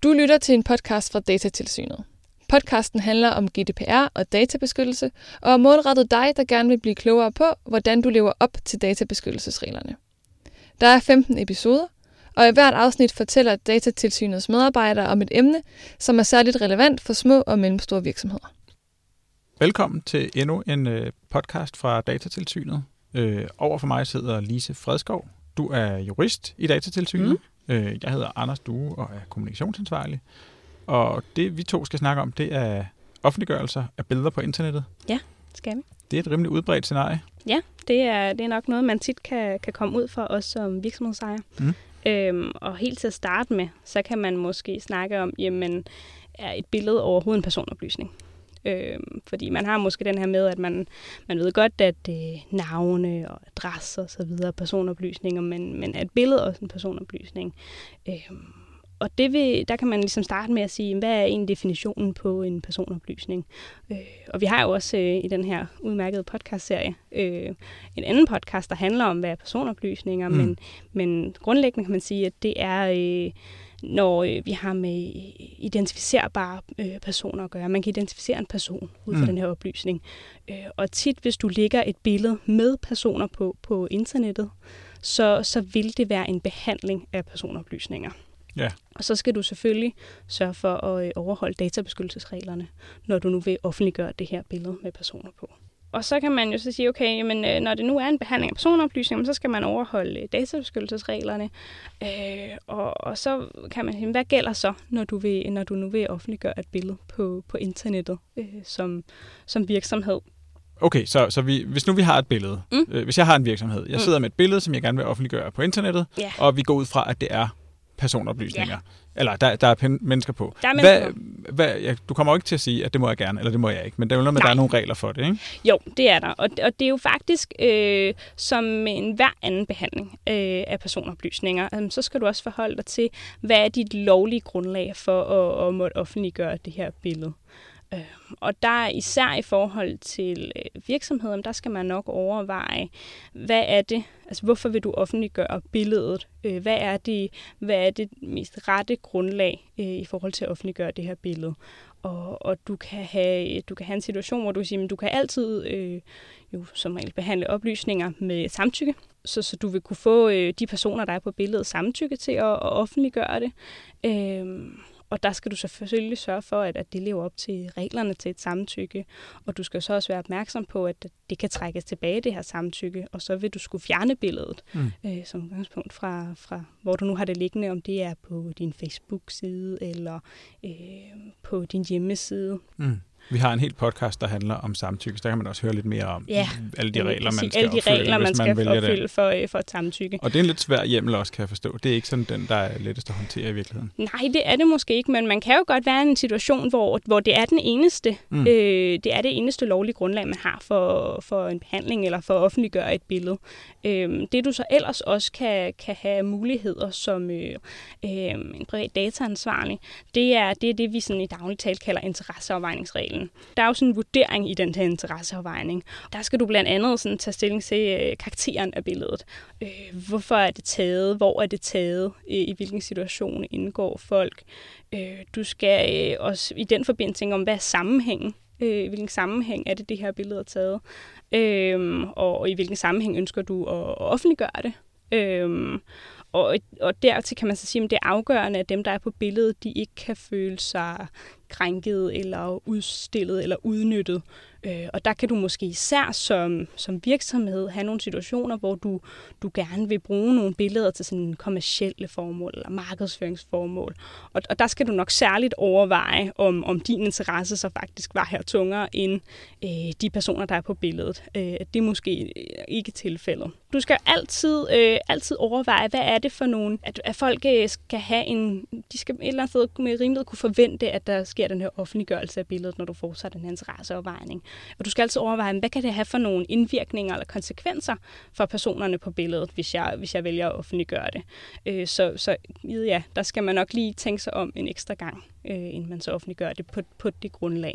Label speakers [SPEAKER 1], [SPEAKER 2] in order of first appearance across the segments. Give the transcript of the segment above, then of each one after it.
[SPEAKER 1] Du lytter til en podcast fra Datatilsynet. Podcasten handler om GDPR og databeskyttelse, og er målrettet dig, der gerne vil blive klogere på, hvordan du lever op til databeskyttelsesreglerne. Der er 15 episoder, og i hvert afsnit fortæller Datatilsynets medarbejdere om et emne, som er særligt relevant for små og mellemstore virksomheder.
[SPEAKER 2] Velkommen til endnu en podcast fra Datatilsynet. Over for mig sidder Lise Fredskov. Du er jurist i Datatilsynet. Jeg hedder Anders Due og er kommunikationsansvarlig. Og det vi to skal snakke om, det er offentliggørelser af billeder på internettet.
[SPEAKER 3] Ja, skal vi.
[SPEAKER 2] Det er et rimelig udbredt scenarie.
[SPEAKER 3] Ja, det er nok noget, man tit kan komme ud for os som virksomhedsejer. Og helt til at starte med, så kan man måske snakke om, jamen, er et billede overhovedet en personoplysning? Fordi man har måske den her med, at man ved godt, at navne og adresser og så videre er personoplysninger, men er et billede også en personoplysning? Og der kan man ligesom starte med at sige, hvad er en definitionen på en personoplysning? Og vi har jo også i den her udmærkede podcastserie en anden podcast, der handler om, hvad er personoplysninger, men grundlæggende kan man sige, at det er når vi har med identificerbare personer at gøre. Man kan identificere en person ud fra den her oplysning. Og tit, hvis du lægger et billede med personer på internettet, så vil det være en behandling af personoplysninger.
[SPEAKER 2] Ja. Og
[SPEAKER 3] så skal du selvfølgelig sørge for at overholde databeskyttelsesreglerne, når du nu vil offentliggøre det her billede med personer på. Og så kan man jo så sige, okay, jamen, når det nu er en behandling af personoplysninger, så skal man overholde databeskyttelsesreglerne. Og så kan man sige, hvad gælder så, når du nu vil offentliggøre et billede på internettet som virksomhed?
[SPEAKER 2] Okay, så hvis nu vi har et billede, hvis jeg har en virksomhed, jeg sidder med et billede, som jeg gerne vil offentliggøre på internettet, og vi går ud fra, at det er personoplysninger. Ja. Eller der er mennesker på. Du kommer jo ikke til at sige, at det må jeg gerne, eller det må jeg ikke, men det er jo noget med, at der er nogle regler for det, ikke?
[SPEAKER 3] Jo, det er der. Og det er jo faktisk som en hver anden behandling af personoplysninger. Så skal du også forholde dig til, hvad er dit lovlige grundlag for at måtte offentliggøre det her billede. Og der især i forhold til virksomheden, der skal man nok overveje, hvad er det, altså hvorfor vil du offentliggøre billedet? Hvad er det mest rette grundlag i forhold til at offentliggøre det her billede? Og du kan have en situation, hvor du siger, at du kan altid jo som regel behandle oplysninger med samtykke, så du vil kunne få de personer, der er på billedet, samtykke til at offentliggøre det. Og der skal du selvfølgelig sørge for, at det lever op til reglerne til et samtykke. Og du skal så også være opmærksom på, at det kan trækkes tilbage, det her samtykke. Og så vil du skulle fjerne billedet som udgangspunkt fra, hvor du nu har det liggende, om det er på din Facebook-side eller på din hjemmeside.
[SPEAKER 2] Vi har en hel podcast, der handler om samtykke, så der kan man også høre lidt mere om alle de regler, man skal
[SPEAKER 3] opfylde for et samtykke.
[SPEAKER 2] Og det er en lidt svær hjemmel også, kan jeg forstå. Det er ikke sådan den, der er lettest at håndtere i virkeligheden.
[SPEAKER 3] Nej, det er det måske ikke, men man kan jo godt være i en situation, hvor det er den eneste, det er det eneste lovlige grundlag, man har for en behandling eller for at offentliggøre et billede. Det du så ellers også kan have muligheder som en privat dataansvarlig, det er det, vi sådan i daglig tale kalder interesseafvejningsreglen. Der er jo sådan en vurdering i den her interesseafvejning. Der skal du blandt andet sådan tage stilling til karakteren af billedet. Hvorfor er det taget? Hvor er det taget? I hvilken situation indgår folk? Du skal også i den forbindelse tænke om, hvad er sammenhængen? I hvilken sammenhæng er det her billede er taget? Og i hvilken sammenhæng ønsker du at offentliggøre det? Og dertil kan man så sige, at det er afgørende, at dem, der er på billedet, de ikke kan føle sig krænket eller udstillet eller udnyttet. Og der kan du måske især som virksomhed have nogle situationer, hvor du gerne vil bruge nogle billeder til sådan kommercielle formål eller markedsføringsformål. Og der skal du nok særligt overveje, om din interesse så faktisk var her tungere end de personer, der er på billedet. Det er måske ikke tilfældet. Du skal altid overveje, hvad er det for nogen, at folk skal have de skal et eller andet sted med rimelighed kunne forvente, at der sker den her offentliggørelse af billedet, når du foretager den her interesseafvejning. Og du skal altid overveje, hvad kan det have for nogle indvirkninger eller konsekvenser for personerne på billedet, hvis jeg vælger at offentliggøre det. Så der skal man nok lige tænke sig om en ekstra gang, inden man så offentliggør det på det grundlag.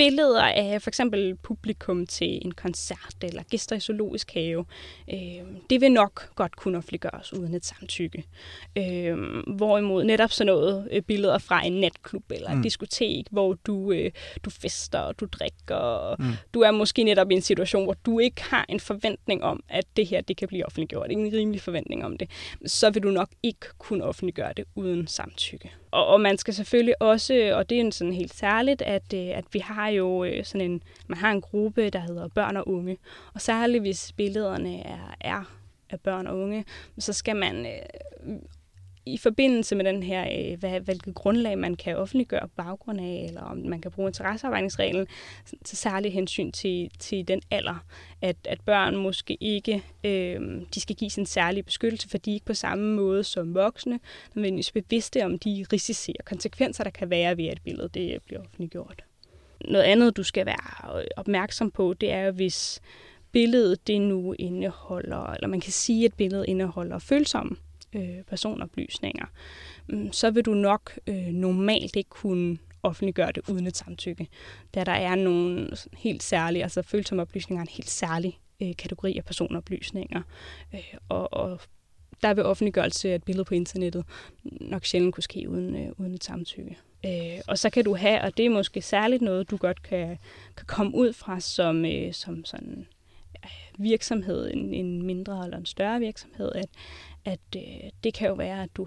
[SPEAKER 3] billeder af for eksempel publikum til en koncert eller gæster i zoologisk have, det vil nok godt kunne offentliggøres uden et samtykke. Hvorimod netop sådan noget billeder fra en natklub eller et diskotek, hvor du fester og du drikker, og du er måske netop i en situation, hvor du ikke har en forventning om, at det her det kan blive offentliggjort. Ingen rimelig forventning om det. Så vil du nok ikke kunne offentliggøre det uden samtykke. Og man skal selvfølgelig også, og det er sådan helt særligt, at vi har jo man har en gruppe, der hedder børn og unge. Og særligt hvis billederne er af børn og unge, så skal man i forbindelse med den her, hvilket grundlag man kan offentliggøre på baggrund af, eller om man kan bruge interesseafvejningsreglen, til særlig hensyn til den alder, at børn måske ikke, de skal gives en særlig beskyttelse, fordi de ikke på samme måde som voksne nødvendigvis bevidste om de risici og konsekvenser, der kan være ved, at et billede det bliver offentliggjort. Noget andet, du skal være opmærksom på, det er, hvis billedet det nu indeholder, eller man kan sige, at billedet indeholder følsomme personoplysninger, så vil du nok normalt ikke kunne offentliggøre det uden et samtykke, da der er nogle helt særlige, altså følsomme oplysninger er en helt særlig kategori af personoplysninger, og der vil offentliggørelse af et billede på internettet nok sjældent kunne ske uden et samtykke. Og så kan du have, og det er måske særligt noget, du godt kan komme ud fra som sådan virksomhed, en mindre eller en større virksomhed, at det kan jo være, at du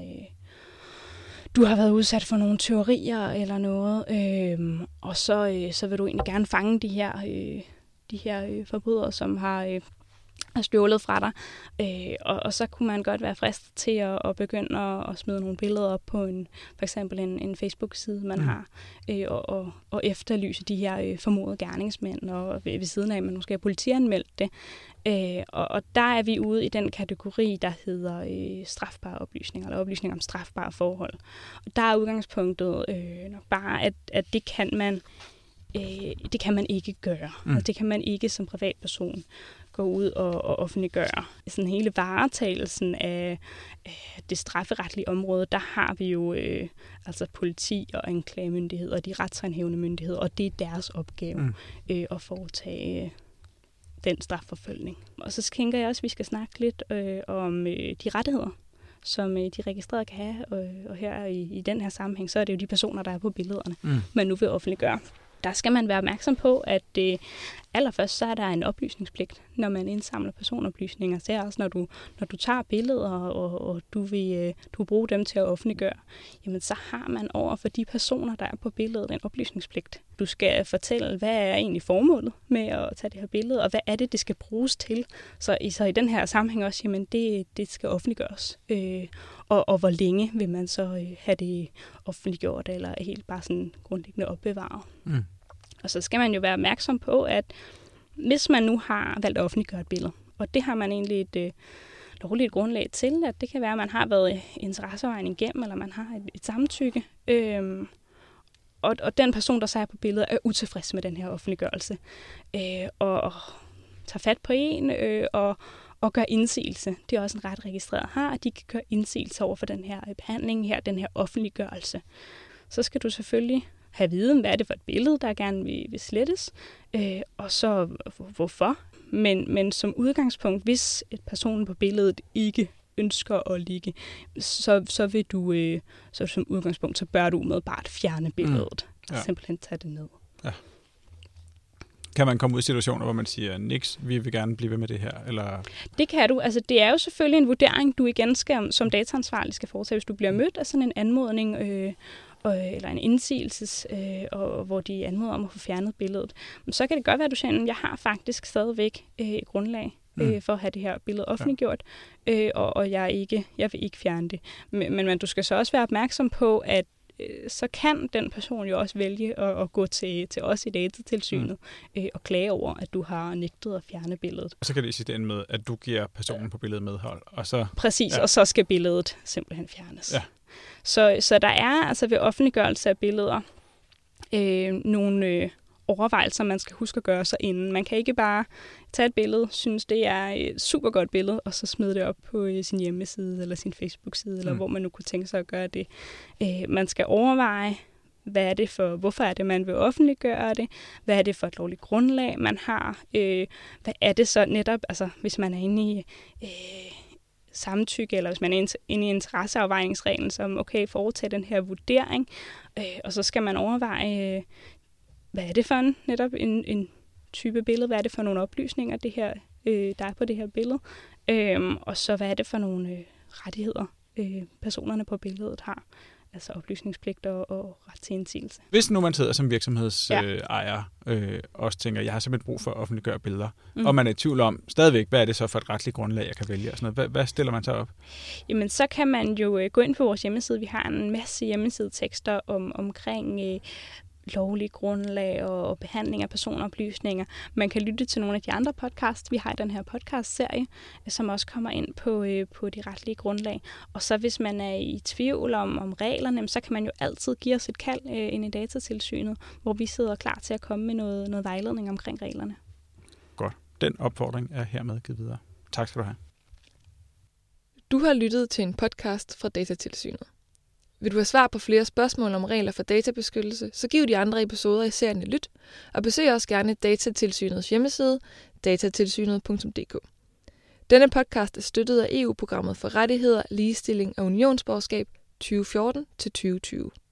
[SPEAKER 3] har været udsat for nogle teorier eller noget, og så vil du egentlig gerne fange de her forbrydere, som har stjålet fra dig. Og så kunne man godt være fristet til at begynde at smide nogle billeder op på for eksempel en Facebook-side, man har, og efterlyse de her formodede gerningsmænd, og ved siden af, at man måske har politianmeldt det. Og der er vi ude i den kategori, der hedder strafbare oplysninger, eller oplysninger om strafbare forhold. Og der er udgangspunktet nok bare, at det kan man ikke gøre. Altså, det kan man ikke som privatperson gå ud og offentliggøre. Sådan hele varetagelsen af det strafferetlige område, der har vi jo altså politi og anklagemyndighed og de retshåndhævende myndigheder, og det er deres opgave at foretage den strafforfølgning. Og så tænker jeg også, at vi skal snakke lidt om de rettigheder, som de registrerede kan have, og her i den her sammenhæng, så er det jo de personer, der er på billederne, man nu vil offentliggøre. Der skal man være opmærksom på, at allerførst så er der en oplysningspligt, når man indsamler personoplysninger. Så også når du tager billeder, og du vil bruge dem til at offentliggøre, jamen så har man over for de personer, der er på billedet, en oplysningspligt. Du skal fortælle, hvad er egentlig formålet med at tage det her billede, og hvad er det skal bruges til. Så i den her sammenhæng også, jamen det skal offentliggøres. Og hvor længe vil man så have det offentliggjort, eller helt bare sådan grundlæggende opbevaret. Og så skal man jo være opmærksom på, at hvis man nu har valgt at offentliggøre et billede, og det har man egentlig et lovligt grundlag til, at det kan være, at man har været interesseafvejning igennem, eller man har et samtykke, og den person, der så er på billedet, er utilfreds med den her offentliggørelse, og tager fat på en, og gør indsigelse. Det er også en ret registreret her, at de kan gøre indsigelse over for den her behandling her, den her offentliggørelse. Så skal du selvfølgelig have viden, hvad er det for et billede, der gerne vil slettes, og så hvorfor. Men som udgangspunkt, hvis et person på billedet ikke ønsker at ligge, så vil du så som udgangspunkt, så bør du umiddelbart fjerne billedet. Simpelthen tage det ned.
[SPEAKER 2] Ja. Kan man komme ud i situationer, hvor man siger, niks, vi vil gerne blive ved med det her? Eller? Det
[SPEAKER 3] kan du. Altså, det er jo selvfølgelig en vurdering, du igen skal, som dataansvarlig skal foretage, hvis du bliver mødt af sådan en anmodning, eller en indsigelses, hvor de anmoder om at få fjernet billedet. Men så kan det godt være, at du siger, at jeg har faktisk stadigvæk et grundlag for at have det her billede offentliggjort, og jeg vil ikke fjerne det. Men du skal så også være opmærksom på, at så kan den person jo også vælge at gå til os i Datatilsynet og klage over, at du har nægtet at fjerne billedet.
[SPEAKER 2] Og så kan det i sidste ende med, at du giver personen på billedet medhold. Og så,
[SPEAKER 3] præcis, og så skal billedet simpelthen fjernes.
[SPEAKER 2] Ja.
[SPEAKER 3] Så der er altså ved offentliggørelse af billeder nogle overvejelser, man skal huske at gøre sig inden. Man kan ikke bare tage et billede, synes det er et super godt billede, og så smide det op på sin hjemmeside eller sin Facebook-side, eller hvor man nu kunne tænke sig at gøre det. Man skal overveje, hvorfor er det, man vil offentliggøre det? Hvad er det for et lovligt grundlag, man har? Hvad er det så netop, altså hvis man er inde i samtykke, eller hvis man er inde i interesseafvejningsreglen, som okay, foretage den her vurdering, og så skal man overveje, hvad er det for netop en type billede? Hvad er det for nogle oplysninger, det her, der er på det her billede? Og så hvad er det for nogle rettigheder, personerne på billedet har? Altså oplysningspligter og ret til indsigelse.
[SPEAKER 2] Hvis nu man sidder som virksomhedsejer også tænker, jeg har simpelthen brug for at offentliggøre billeder, og man er i tvivl om stadigvæk, hvad er det så for et retligt grundlag, jeg kan vælge? Og sådan noget. Hvad stiller man så op?
[SPEAKER 3] Jamen, så kan man jo gå ind på vores hjemmeside. Vi har en masse hjemmesidetekster omkring lovlige grundlag og behandling af personoplysninger. Man kan lytte til nogle af de andre podcasts, vi har i den her podcast-serie, som også kommer ind på de retlige grundlag. Og så hvis man er i tvivl om reglerne, så kan man jo altid give os et kald ind i Datatilsynet, hvor vi sidder klar til at komme med noget vejledning omkring reglerne.
[SPEAKER 2] Godt. Den opfordring er hermed givet videre. Tak skal du have.
[SPEAKER 1] Du har lyttet til en podcast fra Datatilsynet. Vil du have svar på flere spørgsmål om regler for databeskyttelse, så giv de andre episoder i serien et lyt, og besøg også gerne Datatilsynets hjemmeside, datatilsynet.dk. Denne podcast er støttet af EU-programmet for rettigheder, ligestilling og unionsborgerskab 2014-2020.